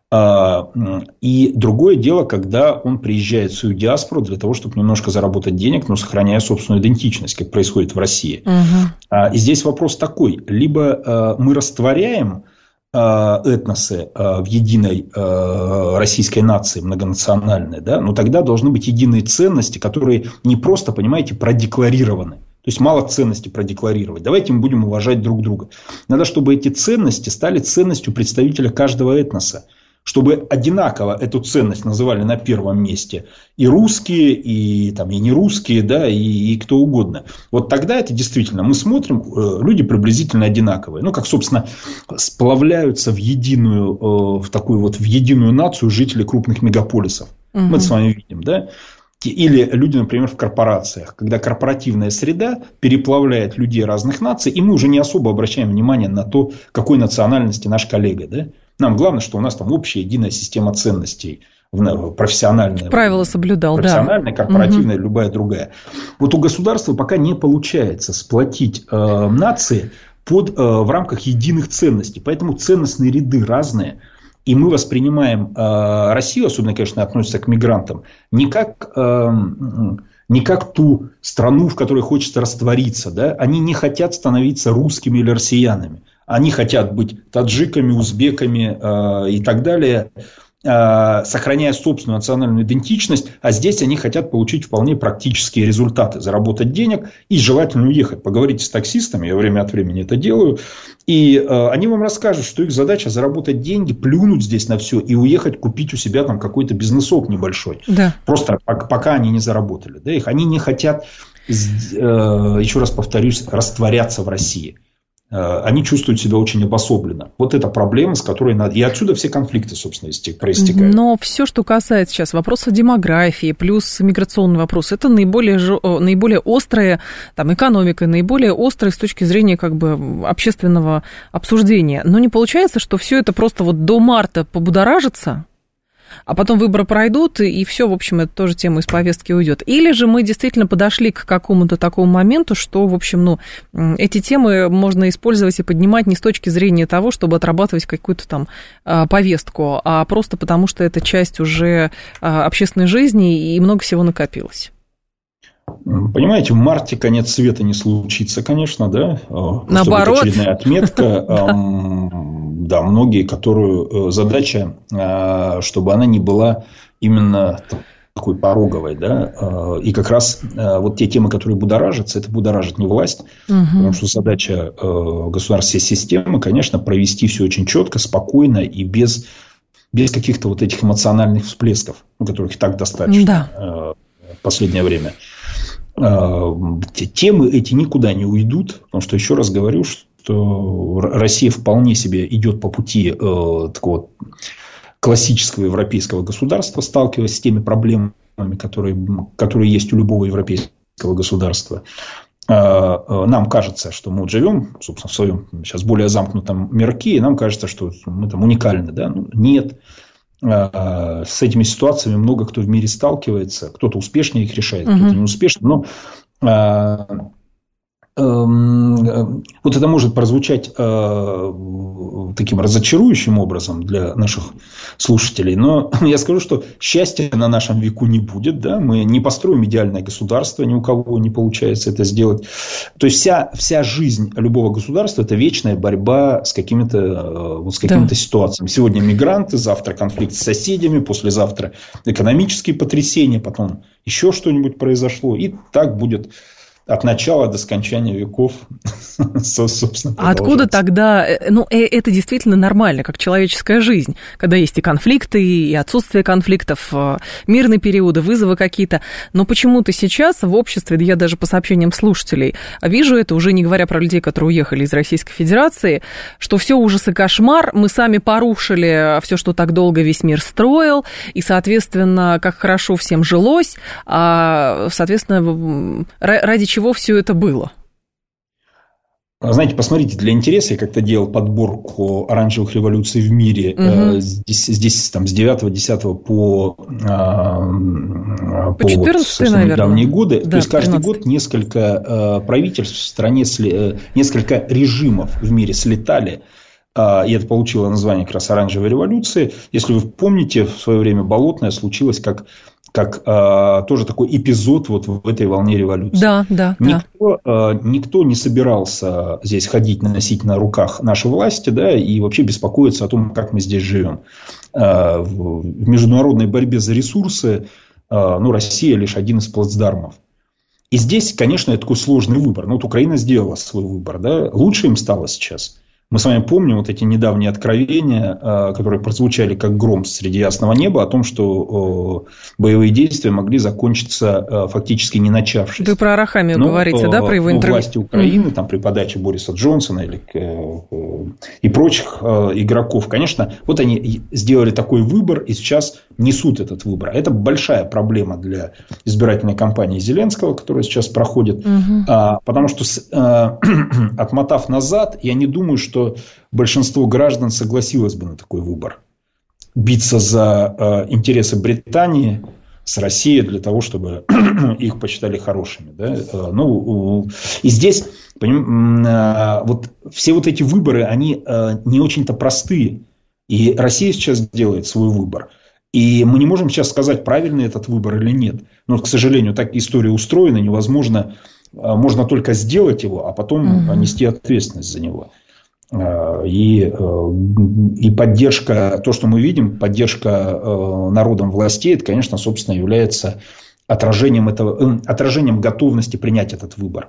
И другое дело, когда он приезжает в свою диаспору для того, чтобы немножко заработать денег, но сохраняя собственную идентичность, как происходит в России. Угу. И здесь вопрос такой. Либо мы растворяем этносы в единой российской нации многонациональной, да, но тогда должны быть единые ценности, которые не просто, понимаете, продекларированы. То есть мало ценностей продекларировать. Давайте мы будем уважать друг друга. Надо, чтобы эти ценности стали ценностью представителя каждого этноса. Чтобы одинаково эту ценность называли на первом месте и русские, и, там, и нерусские, да, и, и кто угодно. Вот тогда это действительно, мы смотрим, люди приблизительно одинаковые. Ну, как, собственно, сплавляются в единую, в такую вот, в единую нацию жители крупных мегаполисов. Угу. Мы это с вами видим, да. Или люди, например, в корпорациях, когда корпоративная среда переплавляет людей разных наций, и мы уже не особо обращаем внимание на то, какой национальности наш коллега, да. Нам главное, что у нас там общая единая система ценностей, профессиональная. Правила соблюдал, профессиональная, да. корпоративная, угу. любая другая. Вот у государства пока не получается сплотить э, нации под, э, в рамках единых ценностей. Поэтому ценностные ряды разные. И мы воспринимаем э, Россию, особенно, конечно, относится к мигрантам, не как, э, не как ту страну, в которой хочется раствориться. Да? Они не хотят становиться русскими или россиянами. Они хотят быть таджиками, узбеками э, и так далее, э, сохраняя собственную национальную идентичность. А здесь они хотят получить вполне практические результаты. Заработать денег и желательно уехать. Поговорите с таксистами, я время от времени это делаю. И э, они вам расскажут, что их задача заработать деньги, плюнуть здесь на все и уехать купить у себя там какой-то бизнесок небольшой. Да. Просто пока они не заработали. Да, их, они не хотят, э, еще раз повторюсь, растворяться в России. Они чувствуют себя очень обособленно. Вот это проблема, с которой надо... И отсюда все конфликты, собственно, проистекают. Но все, что касается сейчас вопроса демографии, плюс миграционный вопрос, это наиболее, наиболее острые, там, экономика, наиболее острые с точки зрения как бы общественного обсуждения. Но не получается, что все это просто вот до марта побудоражится, а потом выборы пройдут, и все, в общем, это тоже тема из повестки уйдет. Или же мы действительно подошли к какому-то такому моменту, что, в общем, ну, эти темы можно использовать и поднимать не с точки зрения того, чтобы отрабатывать какую-то там повестку, а просто потому, что это часть уже общественной жизни, и много всего накопилось. Понимаете, в марте конец света не случится, конечно, да? Наоборот. Что очередная отметка. Да, многие, которую задача, чтобы она не была именно такой пороговой, да, и как раз вот те темы, которые будоражатся, это будоражит не власть, угу. Потому что задача государственной системы, конечно, провести все очень четко, спокойно и без, без каких-то вот этих эмоциональных всплесков, которых и так достаточно да. в последнее время. Темы эти никуда не уйдут, потому что, еще раз говорю, что Россия вполне себе идет по пути э, такого классического европейского государства, сталкиваясь с теми проблемами, проблемами, которые, которые есть у любого европейского государства. Нам кажется, что мы вот живем, собственно, в своем сейчас более замкнутом мирке, и нам кажется, что мы там уникальны. Да? Ну, нет. С этими ситуациями много кто в мире сталкивается. Кто-то успешнее их решает, кто-то не успешно. Но вот это может прозвучать э, таким разочарующим образом для наших слушателей, но я скажу, что счастья на нашем веку не будет, да? Мы не построим идеальное государство, ни у кого не получается это сделать. То есть вся, вся жизнь любого государства – это вечная борьба с какими-то, э, вот с какими-то да. ситуациями. Сегодня мигранты, завтра конфликт с соседями, послезавтра экономические потрясения, потом еще что-нибудь произошло, и так будет. От начала до скончания веков, собственно, а откуда тогда, ну, это действительно нормально, как человеческая жизнь, когда есть и конфликты, и отсутствие конфликтов, мирные периоды, вызовы какие-то, но почему-то сейчас в обществе, я даже по сообщениям слушателей вижу это, уже не говоря про людей, которые уехали из Российской Федерации, что все ужас и кошмар, мы сами порушили все, что так долго весь мир строил, и, соответственно, как хорошо всем жилось, а, соответственно, ради чего все это было? Знаете, посмотрите, для интереса я как-то делал подборку оранжевых революций в мире угу. здесь, здесь там, с девятого-десятого по, по, по четырнадцатый, вот, наверное. Недавние годы. Да, То есть каждый тринадцатый. Год несколько правительств в стране, несколько режимов в мире слетали. И это получило название как раз оранжевой революции. Если вы помните, в свое время Болотная случилась как как э, тоже такой эпизод вот в этой волне революции. Да, да, никто, да. Э, никто не собирался здесь ходить, носить на руках наши власти, да, и вообще беспокоиться о том, как мы здесь живем. Э, в международной борьбе за ресурсы э, ну, Россия лишь один из плацдармов. И здесь, конечно, это такой сложный выбор. Ну, вот Украина сделала свой выбор. Да? Лучше им стало сейчас. Мы с вами помним вот эти недавние откровения, которые прозвучали как гром среди ясного неба, о том, что боевые действия могли закончиться фактически не начавшись. Вы про Арахамию Но, говорите, да, про его интервью? Власти Украины, там, при подаче Бориса Джонсона или, и прочих игроков, конечно, вот они сделали такой выбор и сейчас несут этот выбор. Это большая проблема для избирательной кампании Зеленского, которая сейчас проходит, угу. потому что, отмотав назад, я не думаю, что большинство граждан согласилось бы на такой выбор. Биться за э, интересы Британии с Россией для того, чтобы их посчитали хорошими. Да? Э, ну, и здесь поним, э, вот все вот эти выборы, они э, не очень-то простые. И Россия сейчас делает свой выбор. И мы не можем сейчас сказать, правильный этот выбор или нет. Но, к сожалению, так история устроена, невозможно. Э, можно только сделать его, а потом угу. нести ответственность за него. И, и поддержка, то, что мы видим, поддержка народом властей, это, конечно, собственно, является отражением, этого, отражением готовности принять этот выбор.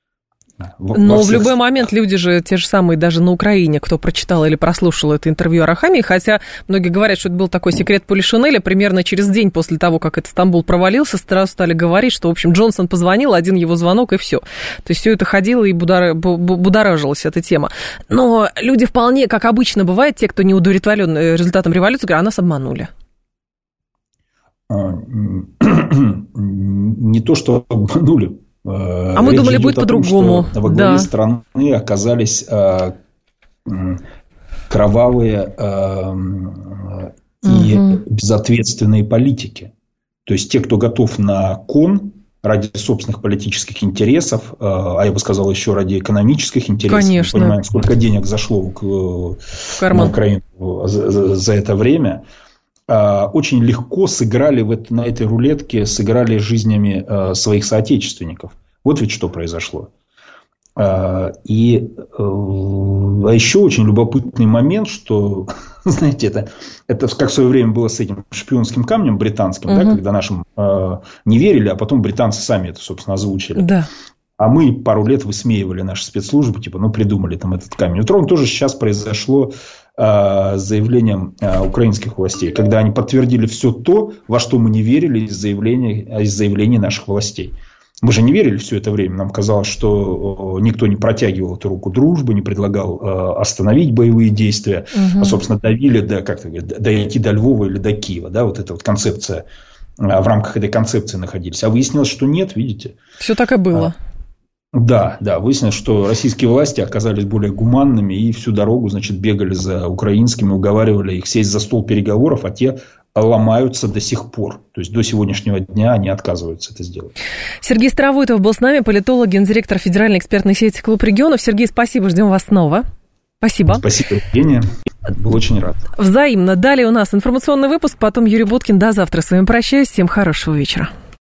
Но в любой момент люди же, те же самые, даже на Украине, кто прочитал или прослушал это интервью Арахамии, хотя многие говорят, что это был такой секрет Полишинеля, примерно через день после того, как этот Стамбул провалился, сразу стали говорить, что, в общем, Джонсон позвонил, один его звонок и все. То есть все это ходило и будоражилась эта тема. Но люди вполне, как обычно бывает, те, кто не удовлетворен результатом революции, говорят, а нас обманули. Не то, что обманули. А мы думали, будет по-другому. Во главе да. страны оказались э, кровавые э, и угу. безответственные политики. То есть те, кто готов на кон ради собственных политических интересов, э, а я бы сказал, еще ради экономических интересов. Конечно. Мы понимаем, сколько денег зашло в, в на Украину за, за, за это время. Очень легко сыграли в это, на этой рулетке, сыграли жизнями э, своих соотечественников. Вот ведь что произошло. Э, и э, а еще очень любопытный момент, что, знаете, это, это как в свое время было с этим шпионским камнем британским, угу. да, когда нашим э, не верили, а потом британцы сами это, собственно, озвучили. Да. А мы пару лет высмеивали наши спецслужбы, типа, ну, придумали там этот камень. Вот ровно тоже сейчас произошло э, с заявлением э, украинских властей, когда они подтвердили все то, во что мы не верили из заявлений, из заявлений наших властей. Мы же не верили все это время. Нам казалось, что э, никто не протягивал эту руку дружбы, не предлагал э, остановить боевые действия, угу. а, собственно, давили до, как-то, дойти до Львова или до Киева. Да, вот эта вот концепция в рамках этой концепции находились. А выяснилось, что нет, видите. Все так и было. Да, да, выяснилось, что российские власти оказались более гуманными и всю дорогу, значит, бегали за украинскими, уговаривали их сесть за стол переговоров, а те ломаются до сих пор. То есть до сегодняшнего дня они отказываются это сделать. Сергей Старовойтов был с нами, политолог, гендиректор федеральной экспертной сети «Клуб регионов». Сергей, спасибо, ждем вас снова. Спасибо. Спасибо, Евгения. Был очень рад. Взаимно. Далее у нас информационный выпуск, потом Юрий Буткин. До завтра. С вами прощаюсь. Всем хорошего вечера.